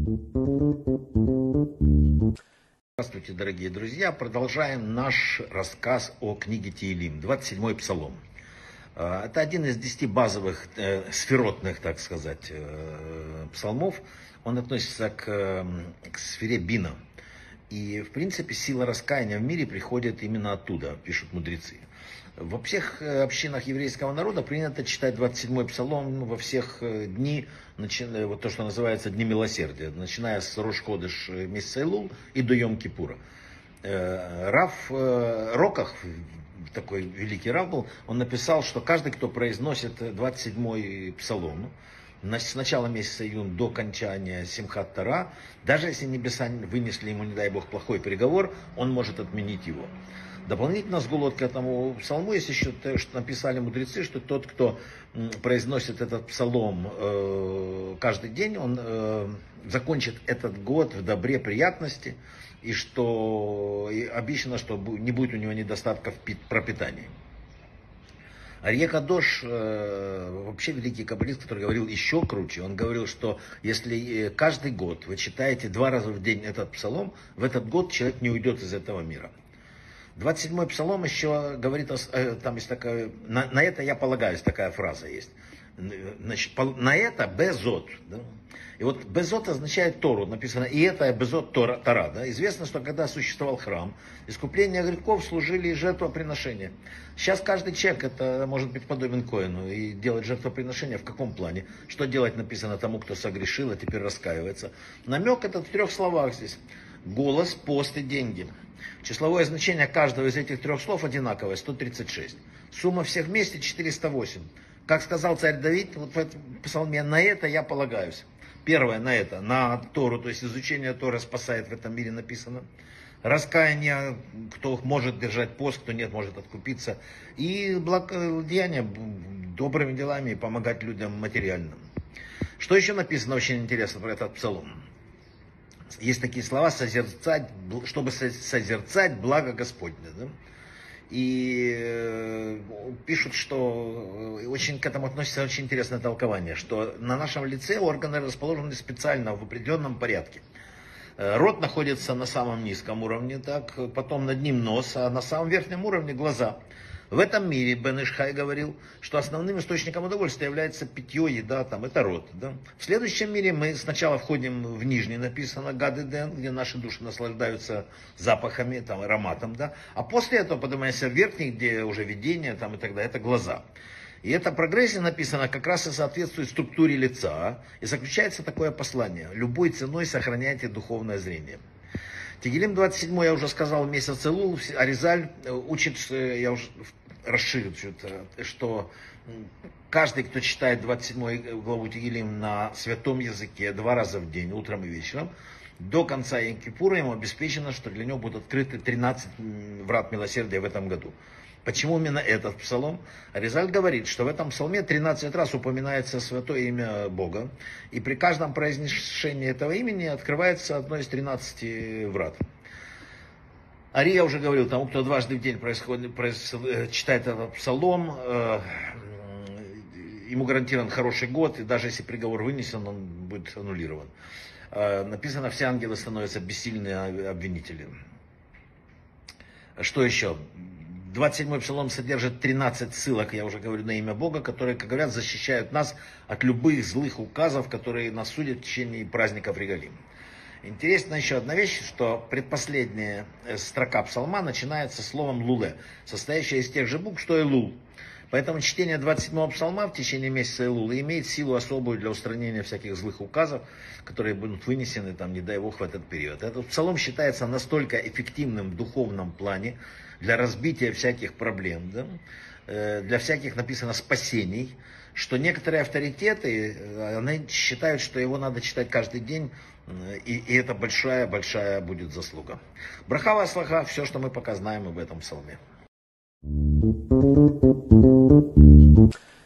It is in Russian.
Здравствуйте, дорогие друзья! Продолжаем наш рассказ о книге Теилим, 27-й псалом. Это один из 10 базовых сферотных, так сказать, псалмов. Он относится к сфере бина. И, в принципе, сила раскаяния в мире приходит именно оттуда, пишут мудрецы. Во всех общинах еврейского народа принято читать 27-й псалом во всех дни, вот то, что называется Дни Милосердия, начиная с Рош-ходеш месяца Элул и до Йом-Кипура. Рав Роках, такой великий рав был, он написал, что каждый, кто произносит 27-й псалом, с начала месяца июня до окончания Симхат Тора, даже если небеса вынесли ему, не дай бог, плохой приговор, он может отменить его. Дополнительно сгулот к этому псалму есть еще то, что написали мудрецы, что тот, кто произносит этот псалом каждый день, он закончит этот год в добре, приятности, и что обещано, что не будет у него недостатка в пропитании. Арье Кадош, вообще великий каббалист, который говорил еще круче, он говорил, что если каждый год вы читаете 2 раза в день этот псалом, в этот год человек не уйдет из этого мира. 27-й псалом еще говорит, там есть такая, на это я полагаюсь, такая фраза есть. Значит, на это безот. Да? И вот безот означает Тору, написано, и это безот Тора. Да? Известно, что когда существовал храм, искупление грехов служили жертвоприношения. Сейчас каждый человек, это может быть подобен Коэну, и делать жертвоприношение в каком плане? Что делать написано тому, кто согрешил, а теперь раскаивается. Намек этот в 3 словах здесь. Голос, пост и деньги. Числовое значение каждого из этих 3 слов одинаковое, 136. Сумма всех вместе 408. Как сказал царь Давид, вот в этом псалме, на это я полагаюсь. Первое, на это, на Тору, то есть изучение Торы спасает в этом мире написано. Раскаяние, кто может держать пост, кто нет, может откупиться. И благодеяние добрыми делами и помогать людям материально. Что еще написано очень интересно про этот псалом? Есть такие слова, созерцать, чтобы созерцать благо Господне. Да? И пишут, что очень к этому относится очень интересное толкование, что на нашем лице органы расположены специально в определенном порядке. Рот находится на самом низком уровне, так, потом над ним нос, а на самом верхнем уровне глаза. В этом мире Бен Иш Хай говорил, что основным источником удовольствия является питье, еда, там, это рот. Да? В следующем мире мы сначала входим в нижний, написано Гад Эден, где наши души наслаждаются запахами, там, ароматом, да? А после этого поднимаемся в верхний, где уже видение там, и так далее, это глаза. И эта прогрессия написана как раз и соответствует структуре лица, и заключается такое послание: любой ценой сохраняйте духовное зрение. Тегилим 27, я уже сказал, месяц Элул, Аризаль учит, я уже расширю что каждый, кто читает 27 главу Тегилим на святом языке 2 раза в день, утром и вечером, до конца Йом-Кипура ему обеспечено, что для него будут открыты 13 врат милосердия в этом году. Почему именно этот псалом? Аризаль говорит, что в этом псалме 13 раз упоминается святое имя Бога, и при каждом произнесении этого имени открывается одно из 13 врат. Ари, я уже говорил, тому, кто дважды в день читает этот псалом, ему гарантирован хороший год, и даже если приговор вынесен, он будет аннулирован. Написано, все ангелы становятся бессильными обвинители. Что еще? 27-й псалом содержит 13 ссылок, я уже говорю, на имя Бога, которые, как говорят, защищают нас от любых злых указов, которые нас судят в течение праздников Регалим. Интересна еще одна вещь, что предпоследняя строка псалма начинается словом луле, состоящая из тех же букв, что и лул. Поэтому чтение 27-го псалма в течение месяца Элула имеет силу особую для устранения всяких злых указов, которые будут вынесены, там, не дай бог, в этот период. Этот псалом считается настолько эффективным в духовном плане для разбития всяких проблем, да? Для всяких, написано, спасений, что некоторые авторитеты они считают, что его надо читать каждый день, и это большая будет заслуга. Браха ва слаха, все, что мы пока знаем об этом псалме.